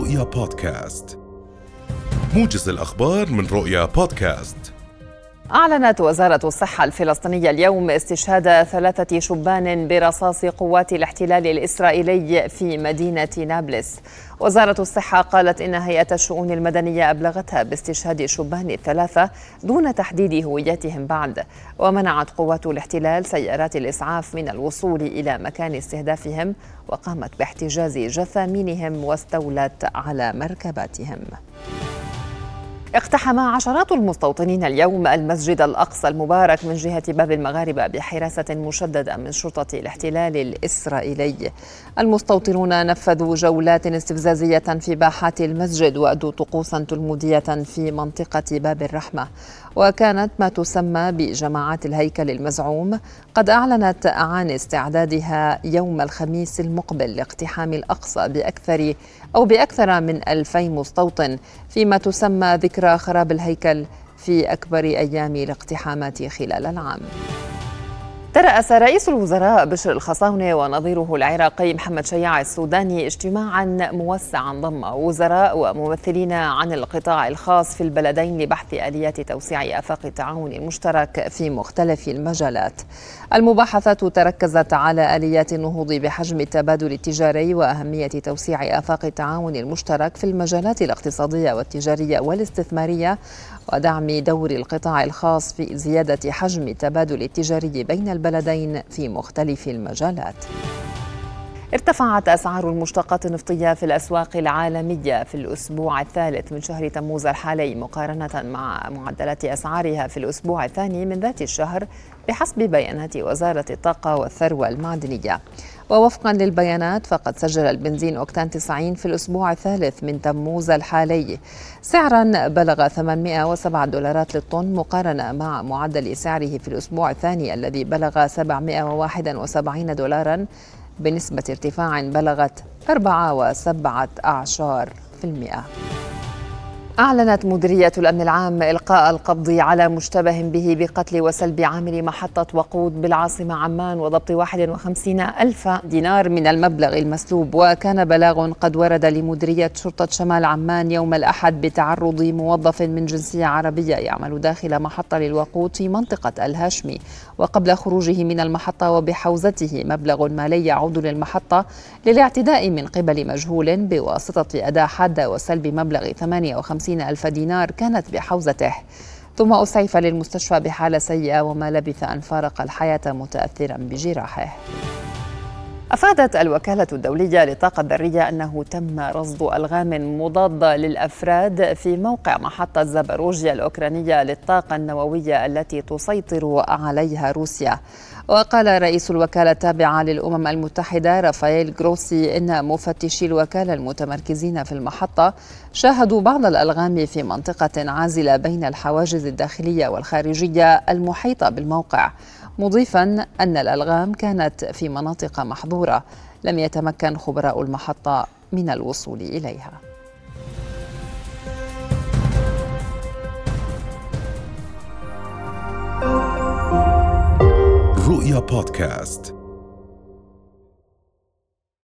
رؤيا بودكاست، موجز الأخبار من رؤيا بودكاست. أعلنت وزارة الصحة الفلسطينية اليوم استشهاد 3 شبان برصاص قوات الاحتلال الإسرائيلي في مدينة نابلس. وزارة الصحة قالت إن هيئة الشؤون المدنية أبلغتها باستشهاد الشبان الثلاثة دون تحديد هويتهم بعد، ومنعت قوات الاحتلال سيارات الإسعاف من الوصول إلى مكان استهدافهم، وقامت باحتجاز جثامينهم واستولت على مركباتهم. اقتحم عشرات المستوطنين اليوم المسجد الأقصى المبارك من جهة باب المغاربة بحراسة مشددة من شرطة الاحتلال الإسرائيلي. المستوطنون نفذوا جولات استفزازية في باحات المسجد وأدوا طقوسا تلمودية في منطقة باب الرحمة. وكانت ما تسمى بجماعات الهيكل المزعوم قد أعلنت عن استعدادها يوم الخميس المقبل لاقتحام الأقصى بأكثر من 2000 مستوطن، فيما تسمى ذكرى خراب الهيكل في أكبر أيام الاقتحامات خلال العام. ترأس رئيس الوزراء بشر الخصاونة ونظيره العراقي محمد شياع السوداني اجتماعا موسعا ضم وزراء وممثلين عن القطاع الخاص في البلدين لبحث آليات توسيع آفاق التعاون المشترك في مختلف المجالات. المباحثات تركزت على آليات النهوض بحجم التبادل التجاري وأهمية توسيع آفاق التعاون المشترك في المجالات الاقتصادية والتجارية والاستثمارية، ودعم دور القطاع الخاص في زيادة حجم التبادل التجاري بين البلدين في مختلف المجالات. ارتفعت أسعار المشتقات النفطية في الأسواق العالمية في الأسبوع الثالث من شهر تموز الحالي مقارنة مع معدلات أسعارها في الأسبوع الثاني من ذات الشهر بحسب بيانات وزارة الطاقة والثروة المعدنية. ووفقا للبيانات فقد سجل البنزين أوكتان 90 في الأسبوع الثالث من تموز الحالي سعرا بلغ $807 للطن، مقارنة مع معدل سعره في الأسبوع الثاني الذي بلغ $771 بنسبة ارتفاع بلغت 4.17%. أعلنت مديرية الأمن العام إلقاء القبض على مشتبه به بقتل وسلب عامل محطة وقود بالعاصمة عمان وضبط 51,000 دينار من المبلغ المسلوب. وكان بلاغ قد ورد لمديرية شرطة شمال عمان يوم الأحد بتعرض موظف من جنسية عربية يعمل داخل محطة للوقود في منطقة الهاشمي، وقبل خروجه من المحطة وبحوزته مبلغ مالي يعود للمحطة للاعتداء من قبل مجهول بواسطة أداة حادة وسلب مبلغ 58,000 دينار كانت بحوزته، ثم أسعف للمستشفى بحالة سيئة وما لبث أن فارق الحياة متأثرا بجراحه. أفادت الوكالة الدولية للطاقة الذرية أنه تم رصد ألغام مضادة للأفراد في موقع محطة زاباروجيا الأوكرانية للطاقة النووية التي تسيطر عليها روسيا. وقال رئيس الوكالة التابعة للأمم المتحدة رافائيل جروسي إن مفتشي الوكالة المتمركزين في المحطة شاهدوا بعض الألغام في منطقة عازلة بين الحواجز الداخلية والخارجية المحيطة بالموقع، مضيفا أن الألغام كانت في مناطق محظورة لم يتمكن خبراء المحطة من الوصول إليها. رؤيا بودكاست.